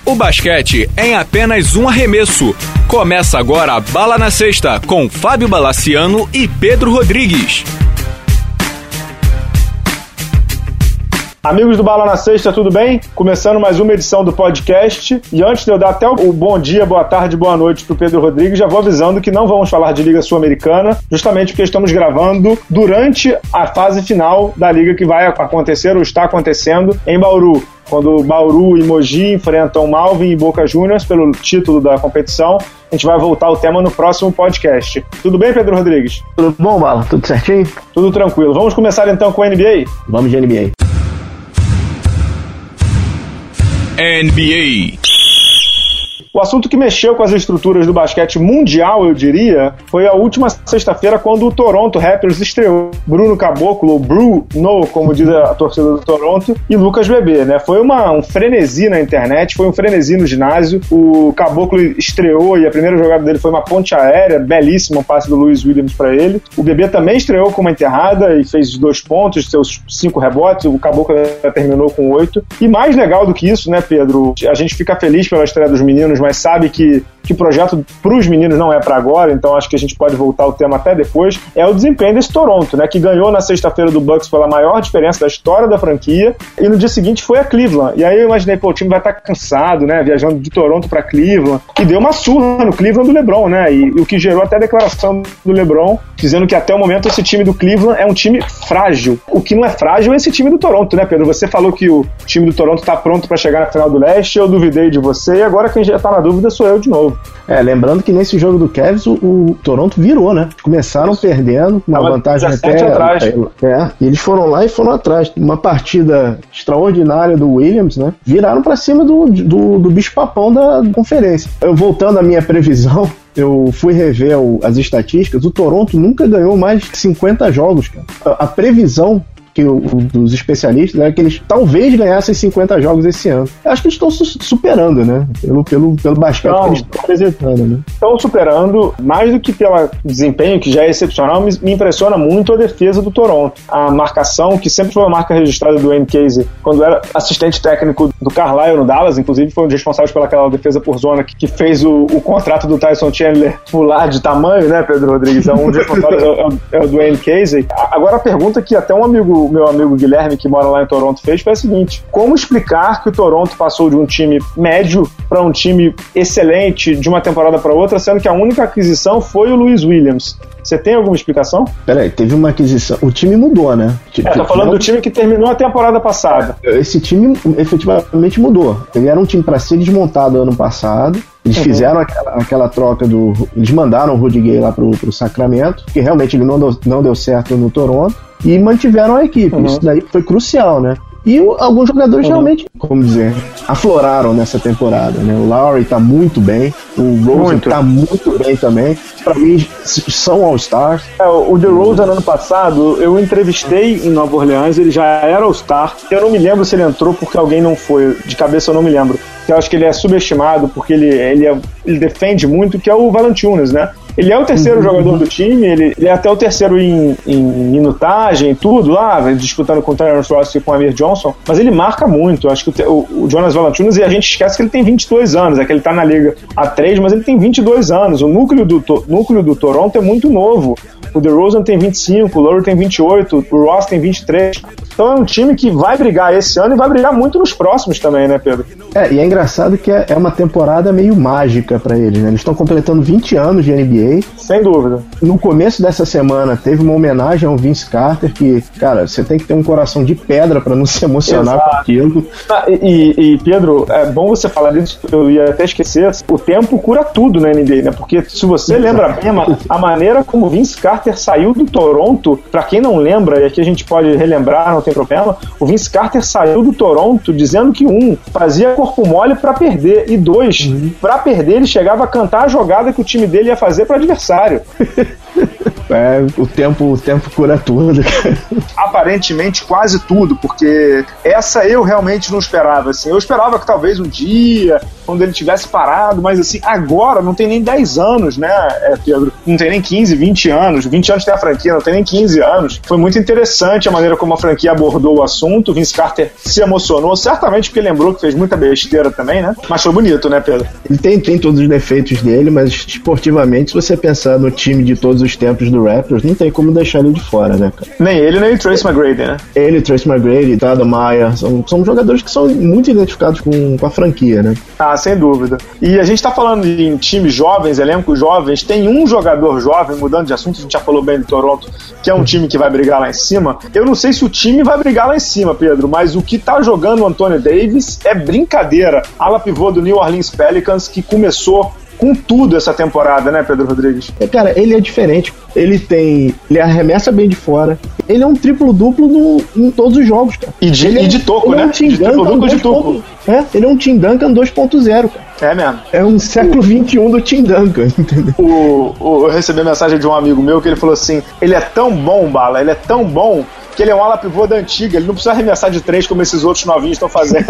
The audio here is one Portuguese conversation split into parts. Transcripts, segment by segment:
O basquete é em apenas um arremesso. Começa agora a Bala na Sexta com Fábio Balaciano e Pedro Rodrigues. Amigos do Bala na Sexta, tudo bem? Começando mais uma edição do podcast. E antes de eu dar até o bom dia, boa tarde, boa noite pro Pedro Rodrigues, já vou avisando que não vamos falar de Liga Sul-Americana, justamente porque estamos gravando durante a fase final da Liga que vai acontecer ou está acontecendo em Bauru. Quando Bauru e Mogi enfrentam Malvin e Boca Juniors pelo título da competição. A gente vai voltar ao tema no próximo podcast. Tudo bem, Pedro Rodrigues? Tudo bom, Bala? Tudo certinho? Tudo tranquilo. Vamos começar então com a NBA? Vamos de NBA. NBA. O assunto que mexeu com as estruturas do basquete mundial, eu diria, foi a última sexta-feira quando o Toronto Raptors estreou Bruno Caboclo, ou Bruno, como diz a torcida do Toronto, e Lucas Bebê, né? Foi um frenesi na internet, foi um frenesi no ginásio. O Caboclo estreou e a primeira jogada dele foi uma ponte aérea, belíssima, um passe do Louis Williams para ele. O Bebê também estreou com uma enterrada e fez 2 pontos, seus 5 rebotes. O Caboclo terminou com 8. E mais legal do que isso, né, Pedro? A gente fica feliz pela estreia dos meninos, mas sabe que o projeto para os meninos não é para agora, então acho que a gente pode voltar ao tema até depois, é o desempenho desse Toronto, né, que ganhou na sexta-feira do Bucks pela maior diferença da história da franquia, e no dia seguinte foi a Cleveland. E aí eu imaginei, o time vai estar cansado, né, viajando de Toronto para Cleveland, e deu uma surra no Cleveland do LeBron, né, e o que gerou até a declaração do LeBron, dizendo que até o momento esse time do Cleveland é um time frágil. O que não é frágil é esse time do Toronto, né, Pedro? Você falou que o time do Toronto está pronto para chegar na final do leste, eu duvidei de você, e agora quem já está na dúvida sou eu de novo. Lembrando que nesse jogo do Cavs o Toronto virou, né? Começaram perdendo, uma vantagem até atrás. E eles foram lá e foram atrás. Uma partida extraordinária do Williams, né? Viraram pra cima do bicho-papão da conferência. Voltando à minha previsão, eu fui rever as estatísticas, o Toronto nunca ganhou mais de 50 jogos, cara. A previsão dos especialistas era que eles talvez ganhassem 50 jogos esse ano. Eu acho que eles estão superando, né? Pelo basquete que eles estão apresentando, né? Estão superando, mais do que pelo desempenho, que já é excepcional, me impressiona muito a defesa do Toronto. A marcação, que sempre foi uma marca registrada do Wayne Casey, quando era assistente técnico do Carlisle no Dallas, inclusive foi um dos responsáveis pelaquela defesa por zona que fez o contrato do Tyson Chandler pular de tamanho, né, Pedro Rodrigues? Um dos responsáveis é o do Wayne Casey. Agora a pergunta que até meu amigo Guilherme, que mora lá em Toronto, fez foi a seguinte: como explicar que o Toronto passou de um time médio para um time excelente de uma temporada para outra, sendo que a única aquisição foi o Louis Williams? Você tem alguma explicação? Peraí, teve uma aquisição. O time mudou, né? Tá falando do time que terminou a temporada passada. Esse time efetivamente mudou. Ele era um time para ser desmontado ano passado. Eles fizeram aquela troca eles mandaram o Rudy Gay lá pro Sacramento, que realmente ele não deu certo no Toronto, e mantiveram a equipe. Isso daí foi crucial, né? E alguns jogadores realmente, como dizer, afloraram nessa temporada, né? O Lowry tá muito bem, o Rosen tá muito bem também. Pra mim, são All-Stars. O DeRozan, ano passado, eu entrevistei em Nova Orleans, ele já era All-Star. Eu não me lembro se ele entrou porque alguém não foi. De cabeça eu não me lembro. Eu acho que ele é subestimado porque ele defende muito, que é o Valanciunas, né? Ele é o terceiro jogador do time, ele é até o terceiro em minutagem, tudo lá, disputando com o Terence Ross e com o Amir Johnson, mas ele marca muito. Eu acho que o Jonas Valanciunas, e a gente esquece que ele tem 22 anos, é que ele tá na liga há 3, mas ele tem 22 anos. O núcleo do Toronto é muito novo. O DeRozan tem 25, o Lowry tem 28, o Ross tem 23. Então é um time que vai brigar esse ano e vai brigar muito nos próximos também, né, Pedro? E é engraçado que é uma temporada meio mágica pra eles, né? Eles estão completando 20 anos de NBA. Sem dúvida. No começo dessa semana teve uma homenagem ao Vince Carter, que, cara, você tem que ter um coração de pedra pra não se emocionar com aquilo. E Pedro, é bom você falar disso, eu ia até esquecer, o tempo cura tudo na NBA, né? Porque se você lembra bem, a maneira como o Vince Carter saiu do Toronto, pra quem não lembra, e aqui a gente pode relembrar, não tem problema, o Vince Carter saiu do Toronto dizendo que, fazia corpo mole pra perder, e 2, pra perder ele chegava a cantar a jogada que o time dele ia fazer pro adversário. O tempo cura tudo. Aparentemente quase tudo, porque essa eu realmente não esperava. Assim, eu esperava que talvez um dia quando ele tivesse parado, mas assim, agora não tem nem 10 anos, né, Pedro? Não tem nem 15, 20 anos. 20 anos tem a franquia, não tem nem 15 anos. Foi muito interessante a maneira como a franquia abordou o assunto. O Vince Carter se emocionou, certamente porque lembrou que fez muita besteira também, né? Mas foi bonito, né, Pedro? Ele tem todos os defeitos dele, mas esportivamente, se você pensar no time de todos os tempos do Raptors, não tem como deixar ele de fora, né, cara? Nem ele, nem o Tracy McGrady, né? Ele, Tracy McGrady, Tada Meyer, são jogadores que são muito identificados com a franquia, né? Ah, sem dúvida. E a gente tá falando em times jovens, elencos jovens, tem um jogador jovem, mudando de assunto, a gente já falou bem do Toronto, que é um time que vai brigar lá em cima. Eu não sei se o time vai brigar lá em cima, Pedro, mas o que tá jogando o Anthony Davis é brincadeira. Ala pivô do New Orleans Pelicans, que começou com tudo essa temporada, né, Pedro Rodrigues? Cara, ele é diferente. Ele arremessa bem de fora. Ele é um triplo-duplo em todos os jogos, cara. E de toco, né? De triplo-duplo de toco. Ele é um Tim Duncan 2.0, cara. É mesmo. É um século XXI do Tim Duncan, entendeu? Eu recebi mensagem de um amigo meu que ele falou assim, ele é tão bom, Bala, ele é tão bom que ele é um ala pivô da antiga, ele não precisa arremessar de 3 como esses outros novinhos estão fazendo.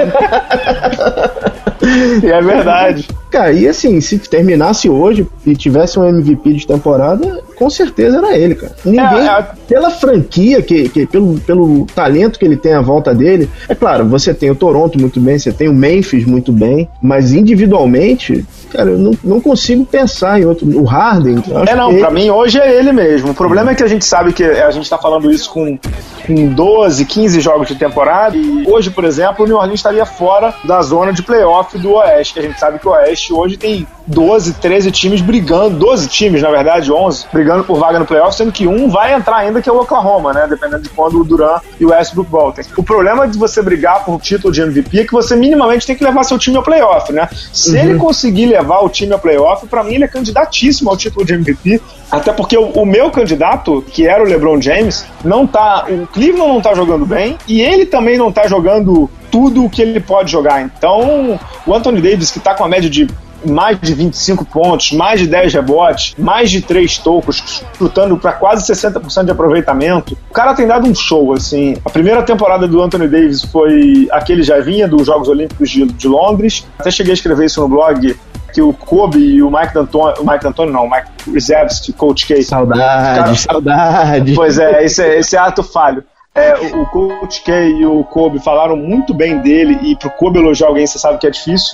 E é verdade. Cara, e assim, se terminasse hoje e tivesse um MVP de temporada, com certeza era ele, cara. Ninguém, pela franquia, pelo talento que ele tem à volta dele, é claro, você tem o Toronto muito bem, você tem o Memphis muito bem, mas individualmente, cara, eu não consigo pensar em outro. O Harden. Pra mim hoje é ele mesmo. O problema é que a gente sabe que a gente tá falando isso com 12, 15 jogos de temporada, e hoje, por exemplo, o New Orleans estaria fora da zona de playoff do Oeste, que a gente sabe que o Oeste hoje tem 12, 13 times brigando, 12 times, na verdade, 11, brigando por vaga no playoff, sendo que um vai entrar ainda, que é o Oklahoma, né, dependendo de quando o Durant e o Westbrook voltem. O problema de você brigar por título de MVP é que você minimamente tem que levar seu time ao playoff, né? Se ele conseguir levar o time ao playoff, pra mim ele é candidatíssimo ao título de MVP, até porque o meu candidato, que era o LeBron James, o Cleveland não tá jogando bem, e ele também não tá jogando tudo o que ele pode jogar. Então, o Anthony Davis, que tá com a média de mais de 25 pontos, mais de 10 rebotes, mais de 3 tocos, chutando para quase 60% de aproveitamento. O cara tem dado um show, assim. A primeira temporada do Anthony Davis foi a que ele já vinha dos Jogos Olímpicos de Londres. Até cheguei a escrever isso no blog, que o Kobe e o Mike Krzyzewski, Coach K. Saudade. Pois é, esse ato falho. O Coach K e o Kobe falaram muito bem dele, e pro Kobe elogiar alguém, você sabe que é difícil.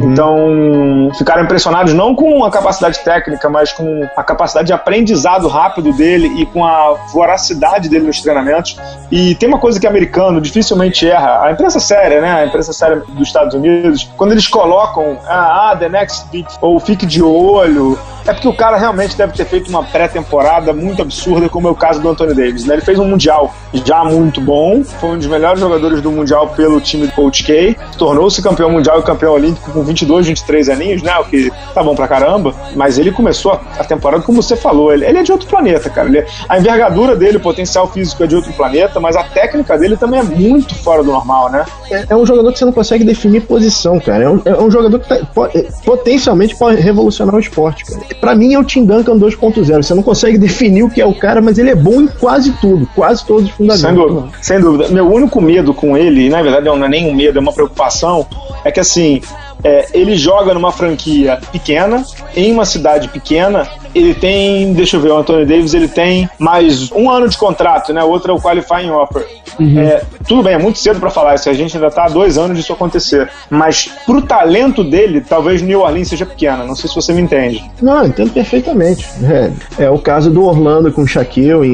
Então ficaram impressionados não com a capacidade técnica, mas com a capacidade de aprendizado rápido dele e com a voracidade dele nos treinamentos. E tem uma coisa que americano dificilmente erra, a imprensa séria, né, a imprensa séria dos Estados Unidos, quando eles colocam the next beat, ou fique de olho, é porque o cara realmente deve ter feito uma pré-temporada muito absurda, como é o caso do Anthony Davis, né? Ele fez um Mundial já muito bom, foi um dos melhores jogadores do Mundial pelo time do Coach K, tornou-se campeão mundial e campeão olímpico com 22, 23 aninhos, né? O que tá bom pra caramba, mas ele começou a temporada, como você falou, ele é de outro planeta, cara. A envergadura dele, o potencial físico é de outro planeta, mas a técnica dele também é muito fora do normal, né? É um jogador que você não consegue definir posição, cara. É um jogador que potencialmente pode revolucionar o esporte, cara. Pra mim é o Tim Duncan 2.0. Você não consegue definir o que é o cara, mas ele é bom em quase tudo, quase todos os fundamentos. Sem dúvida. Meu único medo com ele, e na verdade não é nem um medo, é uma preocupação, é que assim, ele joga numa franquia pequena, em uma cidade pequena. Ele tem, deixa eu ver, o Anthony Davis, ele tem mais 1 ano de contrato, né? Outro é o qualifying offer. Tudo bem, é muito cedo pra falar isso, a gente ainda tá há 2 anos disso acontecer, mas pro talento dele, talvez New Orleans seja pequena, não sei se você me entende. Não, entendo perfeitamente. É o caso do Orlando com o Shaquille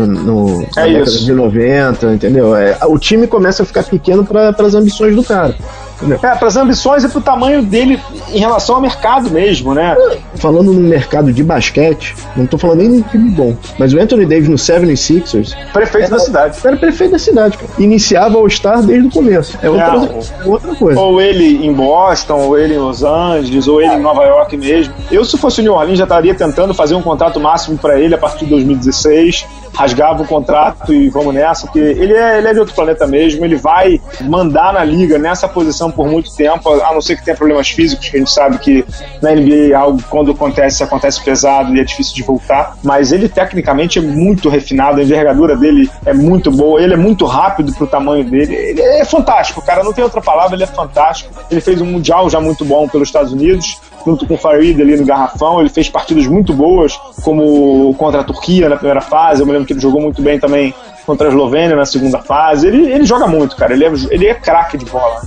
na década de 90, entendeu? O time começa a ficar pequeno para as ambições do cara. Para as ambições e pro tamanho dele em relação ao mercado mesmo, né? Falando no mercado de basquete, não tô falando nem de time bom, mas o Anthony Davis no 76ers, prefeito da cidade. Era prefeito da cidade, cara. Iniciava o All-Star desde o começo. É outra coisa. Ou ele em Boston, ou ele em Los Angeles, ou ele em Nova York mesmo. Eu, se fosse o New Orleans, já estaria tentando fazer um contrato máximo para ele a partir de 2016. rasgava o contrato e vamos nessa, porque ele é de outro planeta mesmo, ele vai mandar na liga nessa posição por muito tempo, a não ser que tenha problemas físicos, que a gente sabe que na NBA algo, quando acontece pesado e é difícil de voltar, mas ele tecnicamente é muito refinado, a envergadura dele é muito boa, ele é muito rápido pro tamanho dele, ele é fantástico, cara, não tem outra palavra, ele é fantástico. Ele fez um mundial já muito bom pelos Estados Unidos, junto com o Farid ali no garrafão, ele fez partidas muito boas, como contra a Turquia na primeira fase, eu me lembro que ele jogou muito bem também contra a Eslovênia na segunda fase, ele joga muito, cara, ele é craque de bola.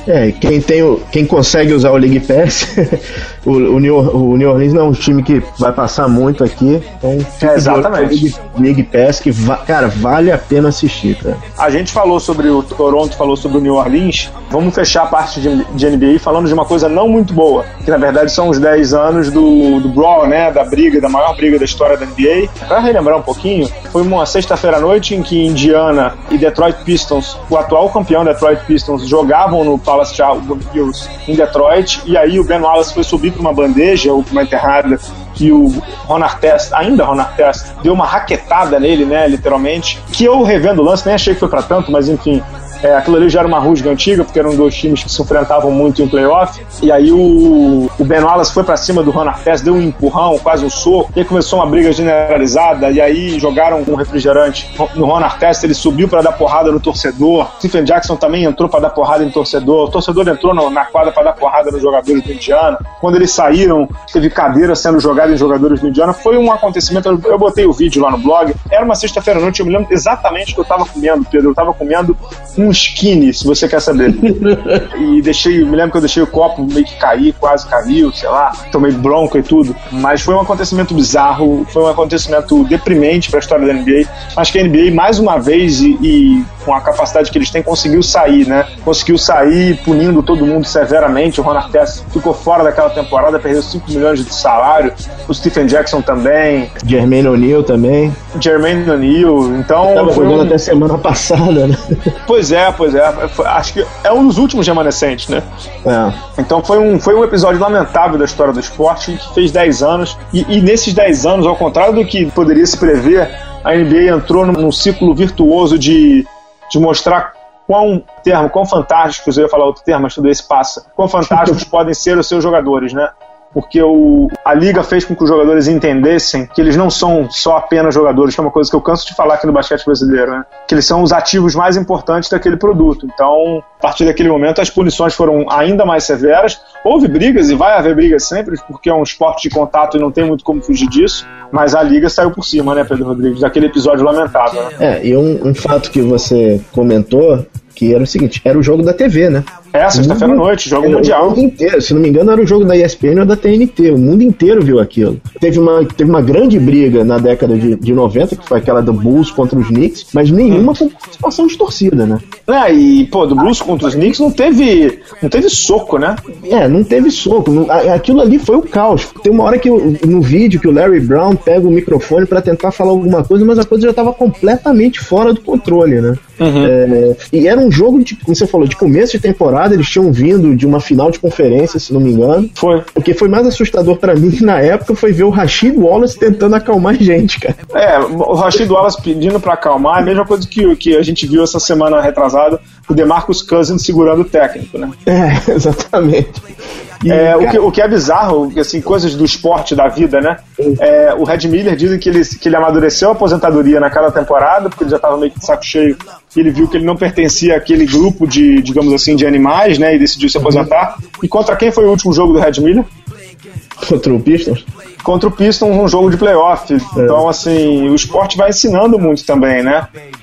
Quem consegue usar o League Pass, o New Orleans não é um time que vai passar muito aqui, então exatamente. League Pass que cara, vale a pena assistir, cara. A gente falou sobre o Toronto, falou sobre o New Orleans, vamos fechar a parte de NBA falando de uma coisa não muito boa, que na verdade são os 10 anos do Brawl, né, da maior briga da história da NBA. Para relembrar um pouquinho, foi uma sexta-feira à noite em que Indiana e Detroit Pistons, o atual campeão Detroit Pistons, jogavam no Palace Hills em Detroit, e aí o Ben Wallace foi subir para uma bandeja ou para uma enterrada que o Ron Artest deu uma raquetada nele, né, literalmente, que eu revendo o lance, nem achei que foi para tanto, mas enfim, aquilo ali já era uma rusga antiga, porque eram dois times que se enfrentavam muito em playoff, e aí o Ben Wallace foi pra cima do Ron Artest, deu um empurrão, quase um soco, e aí começou uma briga generalizada, e aí jogaram um refrigerante no Ron Artest, ele subiu pra dar porrada no torcedor, Stephen Jackson também entrou pra dar porrada em torcedor, o torcedor entrou na quadra pra dar porrada nos jogadores do Indiana, quando eles saíram, teve cadeira sendo jogada em jogadores do Indiana, foi um acontecimento, eu botei o vídeo lá no blog, era uma sexta-feira à noite, eu me lembro exatamente o que eu tava comendo, Pedro, eu tava comendo um skinny, se você quer saber. E me lembro que eu deixei o copo meio que cair, quase caiu, sei lá, tomei bronca e tudo, mas foi um acontecimento bizarro, foi um acontecimento deprimente para a história da NBA. Acho que a NBA, mais uma vez, e com a capacidade que eles têm, conseguiu sair, né? Conseguiu sair punindo todo mundo severamente. O Ron Artest ficou fora daquela temporada, perdeu 5 milhões de salário, o Stephen Jackson também, Jermaine O'Neal também. Então tava jogando até semana passada, né? Pois é, acho que é um dos últimos remanescentes, né? Então foi um episódio lamentável da história do esporte, que fez 10 anos, e nesses 10 anos, ao contrário do que poderia se prever, a NBA entrou num ciclo virtuoso de mostrar quão fantásticos, eu ia falar outro termo, mas tudo isso passa, quão fantásticos podem ser os seus jogadores, né? Porque a Liga fez com que os jogadores entendessem que eles não são só apenas jogadores, que é uma coisa que eu canso de falar aqui no basquete brasileiro, né? Que eles são os ativos mais importantes daquele produto. Então, a partir daquele momento, as punições foram ainda mais severas. Houve brigas, e vai haver brigas sempre, porque é um esporte de contato e não tem muito como fugir disso, mas a Liga saiu por cima, né, Pedro Rodrigues? Daquele episódio lamentável, né? E um fato que você comentou, que era o seguinte, era o jogo da TV, né? Sexta-feira à noite, jogo mundial. O mundo inteiro, se não me engano, era o jogo da ESPN ou da TNT, o mundo inteiro viu aquilo. Teve uma grande briga na década de 90, que foi aquela do Bulls contra os Knicks, mas nenhuma com participação de torcida, né? Do Bulls contra os Knicks não teve soco, né? Não teve soco. Aquilo ali foi o caos. Tem uma hora que no vídeo que o Larry Brown pega o microfone pra tentar falar alguma coisa, mas a coisa já tava completamente fora do controle, né? E era um jogo, como você falou, de começo de temporada, eles tinham vindo de uma final de conferência, se não me engano. Foi. O que foi mais assustador pra mim na época foi ver o Rasheed Wallace tentando acalmar a gente, cara. O Rasheed Wallace pedindo pra acalmar, é a mesma coisa que a gente viu essa semana retrasada, o DeMarcus Cousins segurando o técnico, né? Exatamente. O que é bizarro, assim, coisas do esporte, da vida, né? O Red Miller dizem que ele amadureceu a aposentadoria naquela temporada, porque ele já estava meio que de saco cheio, e ele viu que ele não pertencia àquele grupo de, digamos assim, de animais, né? E decidiu se aposentar. E contra quem foi o último jogo do Red Miller? Contra o Pistons? Contra o Pistons, um jogo de playoff. Então, assim, o esporte vai ensinando muito também, né?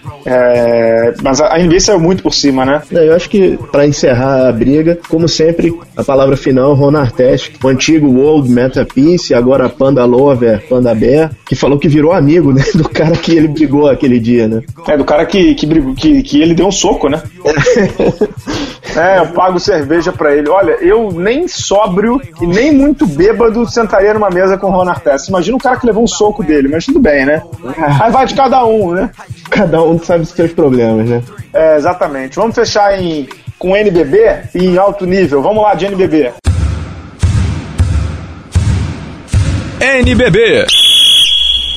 Mas a NBA saiu muito por cima, né? Eu acho que, pra encerrar a briga, como sempre, a palavra final, Ron Artest, o antigo World Metapiece, agora Panda Lover, Panda Bear, que falou que virou amigo, né? Do cara que ele brigou aquele dia, né? Do cara que ele deu um soco, né? Eu pago cerveja pra ele. Olha, eu nem sóbrio e nem muito bêbado sentaria numa mesa com o Ron Artest. Imagina um cara que levou um soco dele, mas tudo bem, né? Aí vai de cada um, né? Cada um sabe os seus problemas, né? Exatamente. Vamos fechar com NBB e em alto nível. Vamos lá de NBB.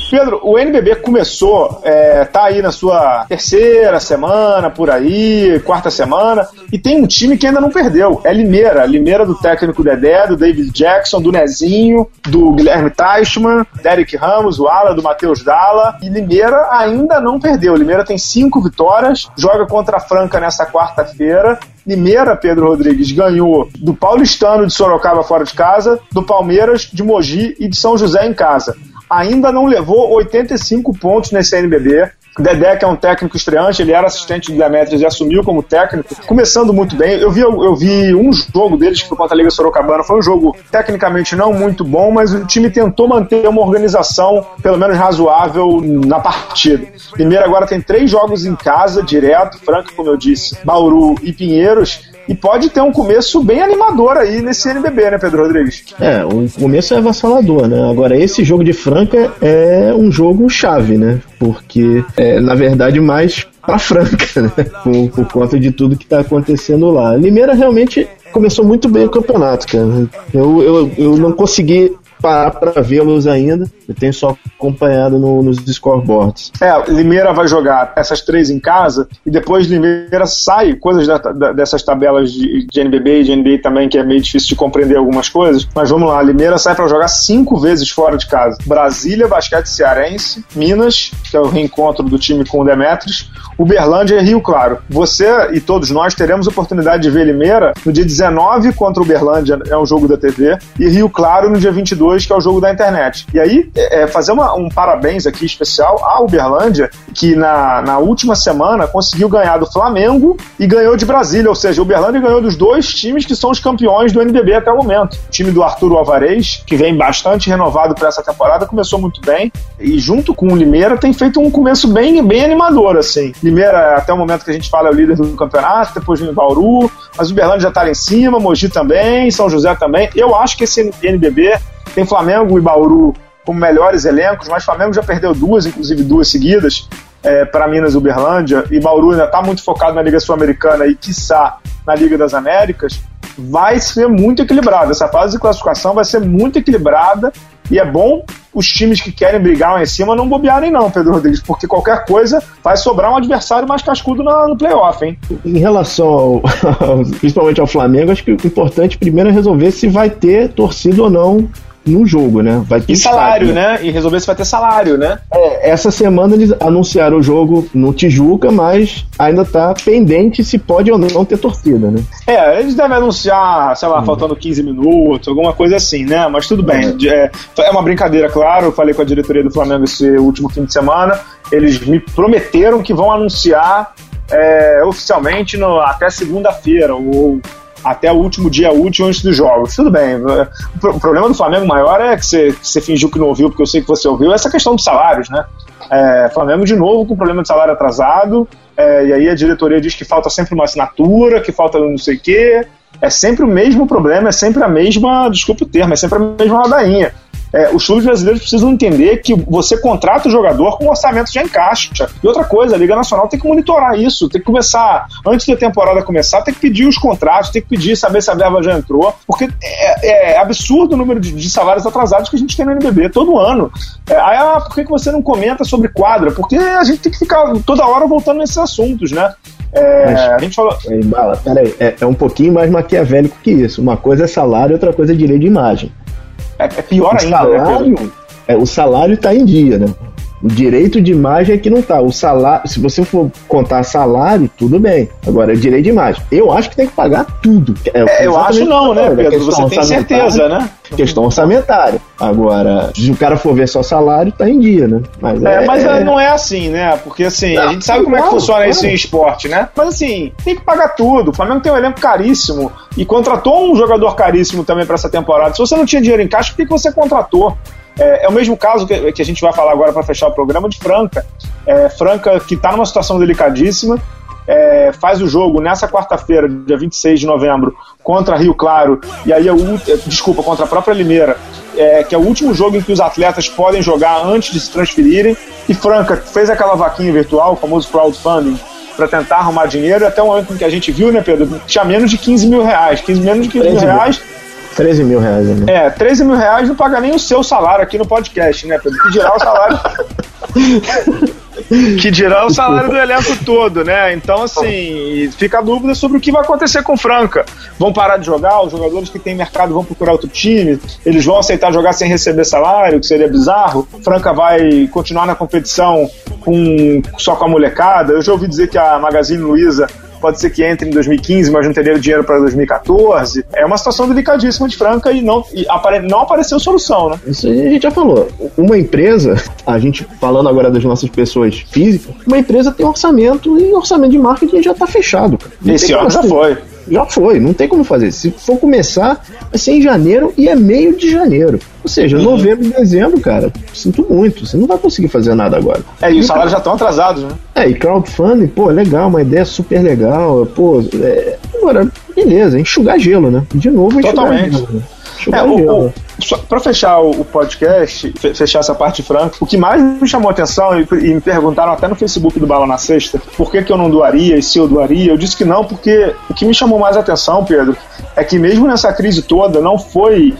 Pedro, o NBB começou, tá aí na sua terceira semana, por aí, quarta semana, e tem um time que ainda não perdeu, é Limeira do técnico Dedé, do David Jackson, do Nezinho, do Guilherme Teichmann, Derek Ramos, o ala, do Matheus Dalla, e Limeira ainda não perdeu. Limeira tem 5 vitórias, joga contra a Franca nessa quarta-feira. Limeira, Pedro Rodrigues, ganhou do Paulistano de Sorocaba fora de casa, do Palmeiras, de Mogi e de São José em casa. Ainda não levou 85 pontos nesse NBB. Dedé, que é um técnico estreante, ele era assistente do Demetrius e assumiu como técnico, começando muito bem. Eu vi um jogo deles, que foi contra a Liga Sorocabana, foi um jogo tecnicamente não muito bom, mas o time tentou manter uma organização, pelo menos razoável, na partida. Limeira agora tem 3 jogos em casa, direto, Franca, como eu disse, Bauru e Pinheiros, e pode ter um começo bem animador aí nesse NBB, né, Pedro Rodrigues? O começo é avassalador, né? Agora, esse jogo de Franca é um jogo chave, né? Porque na verdade, mais pra Franca, né? Por conta de tudo que tá acontecendo lá. Limeira realmente começou muito bem o campeonato, cara. Eu não consegui parar pra vê-los ainda. Eu tenho só acompanhado nos scoreboards. Limeira vai jogar essas 3 em casa e depois Limeira sai, coisas dessas tabelas de NBB e de NBA também, que é meio difícil de compreender algumas coisas, mas vamos lá, Limeira sai pra jogar 5 vezes fora de casa. Brasília, Basquete Cearense, Minas, que é o reencontro do time com o Demetrius, Uberlândia e Rio Claro. Você e todos nós teremos a oportunidade de ver Limeira no dia 19 contra o Uberlândia, é um jogo da TV, e Rio Claro no dia 22, que é o jogo da internet. E aí, fazer um parabéns aqui especial à Uberlândia, que na última semana conseguiu ganhar do Flamengo e ganhou de Brasília, ou seja, o Uberlândia ganhou dos 2 times que são os campeões do NBB até o momento. O time do Arturo Alvarez, que vem bastante renovado para essa temporada, começou muito bem, e junto com o Limeira tem feito um começo bem animador, assim. Limeira, até o momento que a gente fala, é o líder do campeonato, depois vem o Bauru, mas o Uberlândia já tá lá em cima, Mogi também, São José também. Eu acho que esse NBB tem Flamengo e Bauru como melhores elencos, mas Flamengo já perdeu 2, inclusive 2 seguidas, para Minas e Uberlândia, e Bauru ainda está muito focado na Liga Sul-Americana e, quiçá, na Liga das Américas. Vai ser muito equilibrado. Essa fase de classificação vai ser muito equilibrada, e é bom os times que querem brigar lá em cima não bobearem não, Pedro Rodrigues, porque qualquer coisa vai sobrar um adversário mais cascudo no playoff, hein? Em relação principalmente ao Flamengo, acho que o importante primeiro é resolver se vai ter torcida ou não no jogo, né? Vai ter salário, né? E resolver se vai ter salário, né? Essa semana eles anunciaram o jogo no Tijuca, mas ainda tá pendente se pode ou não ter torcida, né? Eles devem anunciar, sei lá, faltando 15 minutos, alguma coisa assim, né? Mas tudo bem. É uma brincadeira, claro. Eu falei com a diretoria do Flamengo esse último fim de semana. Eles me prometeram que vão anunciar oficialmente até segunda-feira, ou até o último dia útil antes dos jogos. Tudo bem. O problema do Flamengo maior é que você fingiu que não ouviu, porque eu sei que você ouviu, essa questão dos salários, né? Flamengo de novo com problema de salário atrasado, e aí a diretoria diz que falta sempre uma assinatura, que falta não sei o quê. É sempre o mesmo problema, é sempre a mesma, desculpa o termo, é sempre a mesma ladainha. Os clubes brasileiros precisam entender que você contrata o jogador com orçamento já em caixa. E outra coisa, a Liga Nacional tem que monitorar isso, tem que começar, antes da temporada começar, tem que pedir os contratos, tem que pedir, saber se a verba já entrou, porque é absurdo o número de salários atrasados que a gente tem no NBB todo ano. Por que você não comenta sobre quadra? Porque a gente tem que ficar toda hora voltando nesses assuntos, né? A gente falou... Bala, peraí, é um pouquinho mais maquiavélico que isso. Uma coisa é salário, outra coisa é direito de imagem. É pior ainda, salário, né? O salário tá em dia, né? O direito de imagem é que não tá. O salário, se você for contar salário, tudo bem. Agora, direito de imagem, eu acho que tem que pagar tudo. Eu acho não, né, Pedro? Você tem certeza, né? Questão orçamentária. Agora, se o cara for ver só salário, tá em dia, né? Mas não é assim, né? Porque assim, a gente sabe como é que funciona isso em esporte, né? Mas assim, tem que pagar tudo. O Flamengo tem um elenco caríssimo e contratou um jogador caríssimo também pra essa temporada. Se você não tinha dinheiro em caixa, por que você contratou? É o mesmo caso que a gente vai falar agora para fechar o programa de Franca. Franca, que está numa situação delicadíssima, faz o jogo nessa quarta-feira, dia 26 de novembro, contra Rio Claro, e aí contra a própria Limeira, que é o último jogo em que os atletas podem jogar antes de se transferirem, e Franca fez aquela vaquinha virtual, o famoso crowdfunding, para tentar arrumar dinheiro, até o momento em que a gente viu, né, Pedro, tinha menos de 15 mil reais. Menos de 15 mil reais 13 mil reais, né? 13 mil reais não paga nem o seu salário aqui no podcast, né, Pedro? Que dirá o salário... que dirá o salário do elenco todo, né? Então, assim, fica a dúvida sobre o que vai acontecer com o Franca. Vão parar de jogar? Os jogadores que têm mercado vão procurar outro time? Eles vão aceitar jogar sem receber salário, que seria bizarro? Franca vai continuar na competição só com a molecada? Eu já ouvi dizer que a Magazine Luiza pode ser que entre em 2015, mas não teria dinheiro para 2014. É uma situação delicadíssima de Franca e não apareceu solução, né? Isso a gente já falou. Uma empresa, a gente falando agora das nossas pessoas físicas, uma empresa tem orçamento e orçamento de marketing já está fechado. Esse ano já foi. Já foi, não tem como fazer. Se for começar, vai ser em janeiro e é meio de janeiro. Ou seja, novembro e dezembro, cara, sinto muito. Você não vai conseguir fazer nada agora. E os salários já estão atrasados, né? E crowdfunding, pô, legal, uma ideia super legal. Pô, agora, beleza, enxugar gelo, né? De novo, totalmente. Enxugar gelo. Para fechar o podcast, fechar essa parte franca, o que mais me chamou a atenção, e me perguntaram até no Facebook do Bala na Sexta, por que eu não doaria e se eu doaria, eu disse que não, porque o que me chamou mais a atenção, Pedro, é que mesmo nessa crise toda não foi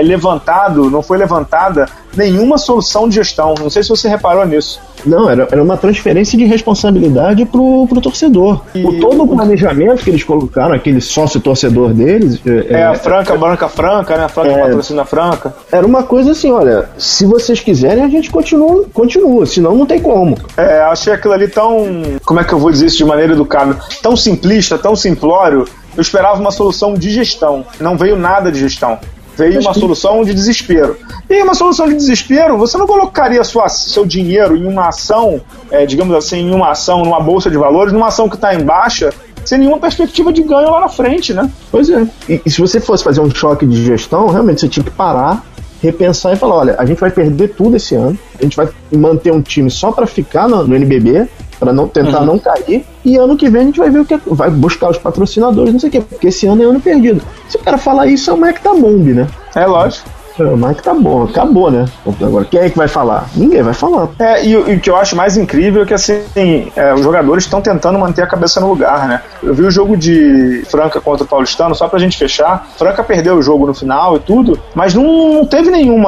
levantada nenhuma solução de gestão. Não sei se você reparou nisso. Não, era uma transferência de responsabilidade pro torcedor. Todo o planejamento que eles colocaram, aquele sócio-torcedor deles... a Franca, Branca Franca, né? A Franca patrocina a Franca. Era uma coisa assim, olha, se vocês quiserem, a gente continua, senão não tem como. Achei aquilo ali tão... Como é que eu vou dizer isso de maneira educada? Tão simplista, tão simplório. Eu esperava uma solução de gestão. Não veio nada de gestão. Veio uma solução de desespero. E uma solução de desespero, você não colocaria seu dinheiro em uma ação, digamos assim, em uma ação, numa bolsa de valores, numa ação que está em baixa, sem nenhuma perspectiva de ganho lá na frente, né? Pois é. E se você fosse fazer um choque de gestão, realmente você tinha que parar, repensar e falar, olha, a gente vai perder tudo esse ano, a gente vai manter um time só para ficar no NBB, para não tentar não cair, e ano que vem a gente vai ver o que vai buscar os patrocinadores, não sei o quê, porque esse ano é ano perdido. Se o cara falar isso, é o Mike tá bombe, né? É lógico. O Mike tá bom, acabou, né? Agora, quem é que vai falar? Ninguém vai falar. E o que eu acho mais incrível é que, assim, os jogadores estão tentando manter a cabeça no lugar, né? Eu vi o jogo de Franca contra o Paulistano, só pra gente fechar. Franca perdeu o jogo no final e tudo, mas não teve nenhum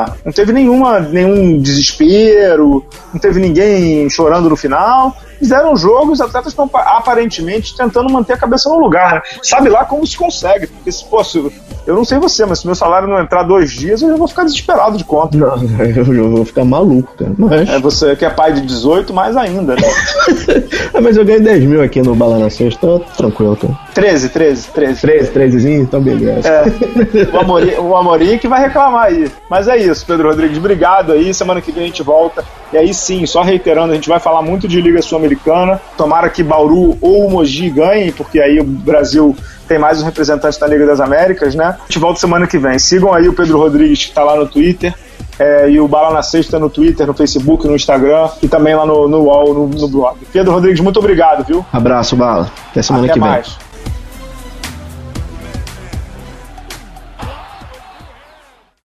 desespero, não teve ninguém chorando no final. Fizeram o jogo, os atletas estão aparentemente tentando manter a cabeça no lugar, né? Sabe lá como se consegue, porque eu não sei você, mas se meu salário não entrar 2 dias, eu já vou ficar desesperado de conta. Não, eu vou ficar maluco, cara. Mas... você que é pai de 18, mais ainda, né? Mas eu ganhei 10 mil aqui no Bala na Sexta, tô tranquilo, cara. 13zinho, então beleza. O Amorim que vai reclamar aí. Mas é isso, Pedro Rodrigues, obrigado aí, semana que vem a gente volta. E aí sim, só reiterando, a gente vai falar muito de Liga Sul-Americana. Tomara que Bauru ou Mogi ganhem, porque aí o Brasil tem mais um representante da Liga das Américas, né? A gente volta semana que vem. Sigam aí o Pedro Rodrigues, que tá lá no Twitter, e o Bala na Sexta no Twitter, no Facebook, no Instagram e também lá no UOL, no blog. Pedro Rodrigues, muito obrigado, viu? Abraço, Bala. Até semana que vem. Até mais.